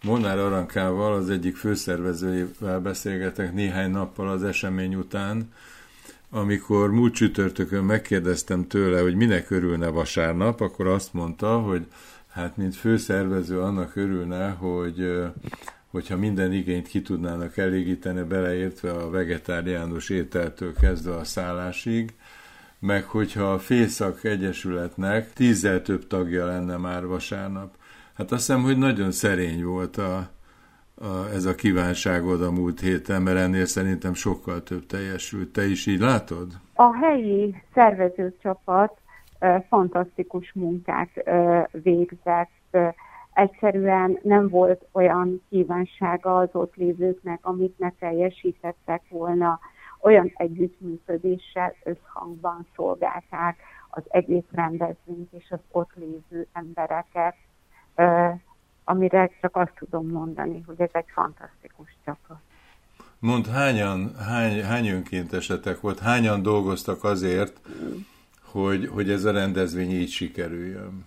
Molnár Arankával, az egyik főszervezőjével beszélgetek néhány nappal az esemény után, amikor múlt csütörtökön megkérdeztem tőle, hogy minek örülne vasárnap, akkor azt mondta, hogy hát mint főszervező annak örülne, hogyha minden igényt ki tudnának elégíteni, beleértve a vegetáriánus ételtől kezdve a szállásig, meg hogyha a Fészak Egyesületnek 10-zel több tagja lenne már vasárnap. Hát azt hiszem, hogy nagyon szerény volt ez a kívánságod a múlt héten, mert ennél szerintem sokkal több teljesült. Te is így látod? A helyi szervezőcsapat fantasztikus munkát végzett. Egyszerűen nem volt olyan kívánsága az ott lévőknek, amit ne teljesítettek volna. Olyan együttműködéssel, összhangban szolgálták az egész rendezvényt és az ott lévő embereket, amire csak azt tudom mondani, hogy ez egy fantasztikus csapat. Mondd, hány önkéntesetek volt, hányan dolgoztak azért, hogy ez a rendezvény így sikerüljön?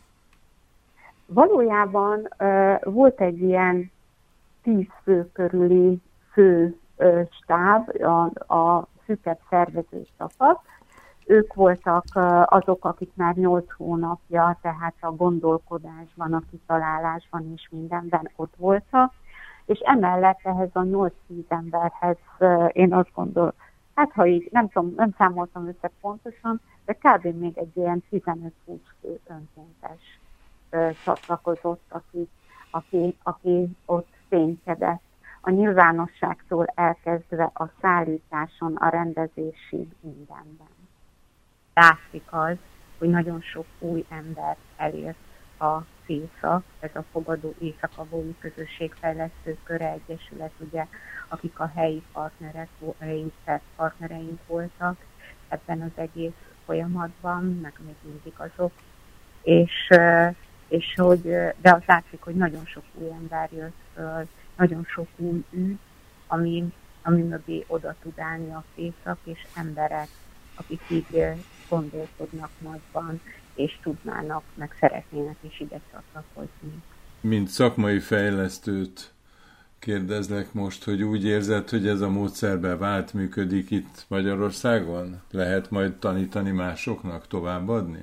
Valójában volt egy ilyen 10 fő körüli fő stáb, a szűkebb szervező csapat. Ők voltak azok, akik már 8 hónapja, tehát a gondolkodásban, a kitalálásban és mindenben ott voltak, és emellett ehhez a 8-10 emberhez én azt gondolom, hát ha így, nem tudom, nem számoltam össze pontosan, de kb. Még egy ilyen 15-20 fő önkéntes csatlakozott, aki ott ténykedett. A nyilvánosságtól elkezdve a szállításon, a rendezésig mindenben. Látszik az, hogy nagyon sok új ember elért a Fészak, ez a Fogadó Észak-Abói Közösségfejlesztő Köre Egyesület, ugye, akik a helyi partnereink voltak ebben az egész folyamatban, meg még mindig azok, és hogy, de az látszik, hogy nagyon sok új ember jött föl, nagyon sok új ügy, ami mögé oda tud állni a Fészak, és emberek, akik így gondolkodnak nagyban, és tudnának, meg szeretnének is ide csatlakozni. Mint szakmai fejlesztőt kérdezlek most, hogy úgy érzed, hogy ez a módszer bevált, működik itt Magyarországon? Lehet majd tanítani másoknak, továbbadni?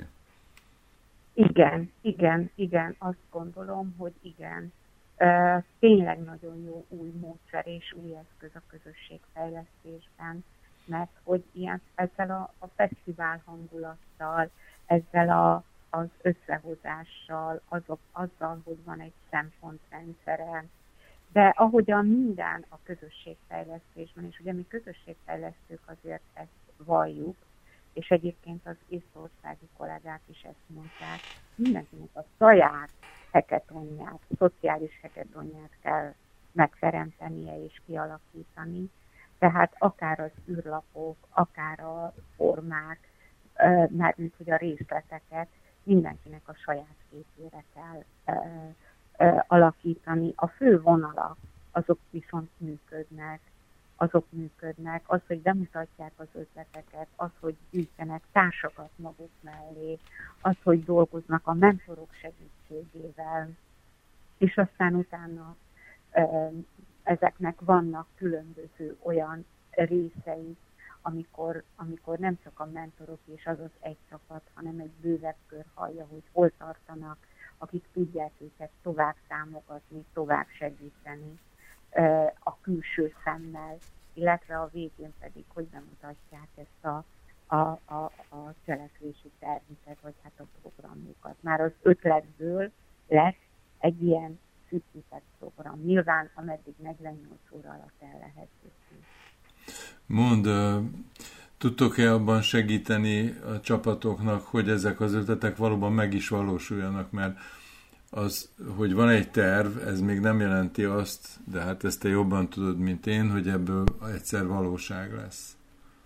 Igen, azt gondolom, hogy igen. Tényleg nagyon jó új módszer és új eszköz a közösségfejlesztésben, mert hogy ezzel a fesztivál hangulattal, ezzel az összehozással, azzal, hogy van egy szempontrendszere, de ahogyan minden a közösségfejlesztésben, és ugye mi közösségfejlesztők azért ezt valljuk, és egyébként az észtországi kollégák is ezt mondták, mindenkinek a saját heketonját, szociális heketonját kell megteremtenie és kialakítani, tehát akár az űrlapok, akár a formák, mármint hogy a részleteket mindenkinek a saját képére kell alakítani. A fő vonalak, azok viszont működnek, az, hogy bemutatják az ötleteket, az, hogy gyűjtenek társakat maguk mellé, az, hogy dolgoznak a mentorok segítségével, és aztán utána ezeknek vannak különböző olyan részei, amikor nem csak a mentorok és az egy csapat, hanem egy bővebb kör hallja, hogy hol tartanak, akik tudják őket tovább támogatni, tovább segíteni a külső szemmel, illetve a végén pedig, hogy bemutatják ezt a cselekvési tervüket, vagy hát a programjukat. Már az ötletből lesz egy ilyen szűkített program. Nyilván, ameddig 48 óra alatt el lehet jutni. Mondd, tudtok-e abban segíteni a csapatoknak, hogy ezek az ötletek valóban meg is valósuljanak, mert az, hogy van egy terv, ez még nem jelenti azt, de hát ezt te jobban tudod, mint én, hogy ebből egyszer valóság lesz.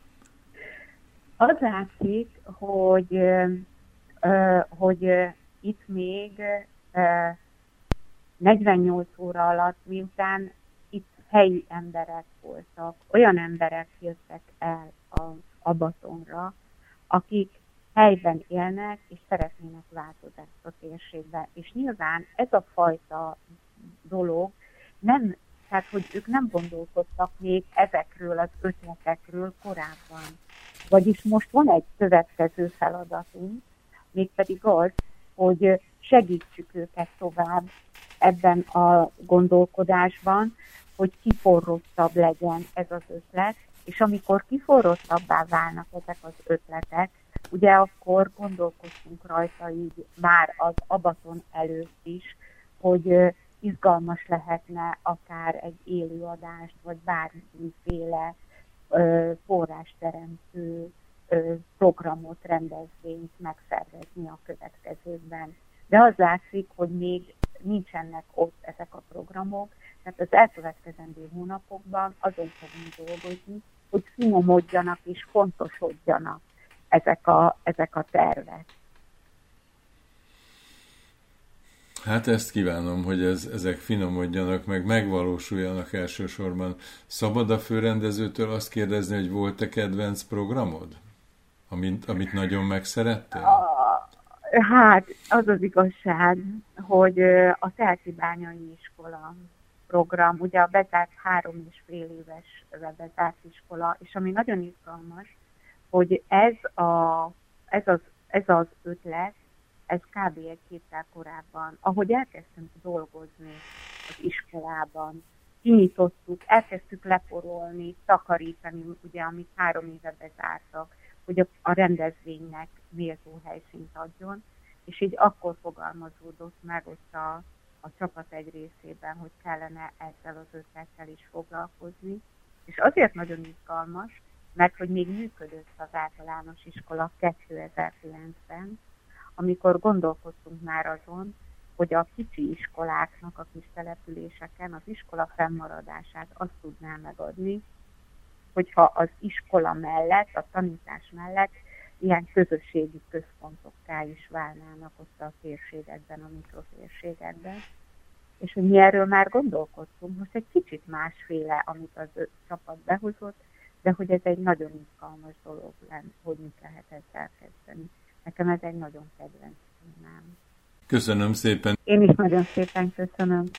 Az látszik, hogy itt még 48 óra alatt, miután itt helyi emberek voltak, olyan emberek jöttek el a Batonra, akik helyben élnek, és szeretnének változást a térségbe. És nyilván ez a fajta dolog, nem, tehát hogy ők nem gondolkodtak még ezekről az ötletekről korábban. Vagyis most van egy következő feladatunk, mégpedig az, hogy segítsük őket tovább ebben a gondolkodásban, hogy kiforrottabb legyen ez az ötlet, és amikor kiforrottabbá válnak ezek az ötletek, ugye akkor gondolkoztunk rajta így már az abaton előtt is, hogy izgalmas lehetne akár egy élőadást, vagy bármiféle forrásteremtő programot, rendezvényt megszervezni a következőkben. De az látszik, hogy még nincsenek ott ezek a programok, tehát az elkövetkezendő hónapokban azon fogunk dolgozni, hogy finomodjanak és fontosodjanak ezek a tervek. Hát ezt kívánom, hogy ezek finomodjanak, meg megvalósuljanak elsősorban. Szabad a főrendezőtől azt kérdezni, hogy volt-e kedvenc programod, amit nagyon megszerettél? Hát, az az igazság, hogy a Telkibányai iskola program, ugye a bezárt 3,5 éves bezárt iskola, és ami nagyon izgalmas, hogy ez az ötlet, ez kb. Egy héttel korábban, ahogy elkezdtünk dolgozni az iskolában, kinyitottuk, elkezdtük leporolni, takarítani, ugye, amit 3 éve bezártak, hogy a rendezvénynek méltó helyszínt adjon, és így akkor fogalmazódott meg ott a csapat egy részében, hogy kellene ezzel az ötlettel is foglalkozni. És azért nagyon izgalmas, mert hogy még működött az általános iskola 2009-ben, amikor gondolkodtunk már azon, hogy a kicsi iskoláknak a kis településeken az iskola fennmaradását azt tudná megadni, hogyha az iskola mellett, a tanítás mellett ilyen közösségi központokká is válnának ott a térségekben, a mikrotérségekben. És hogy mi erről már gondolkodtunk, most egy kicsit másféle, amit az csapat behozott, de hogy ez egy nagyon izgalmas dolog lenne, hogy mit lehet ezzel kezdeni. Nekem ez egy nagyon kedvenc témám. Köszönöm szépen. Én is nagyon szépen köszönöm.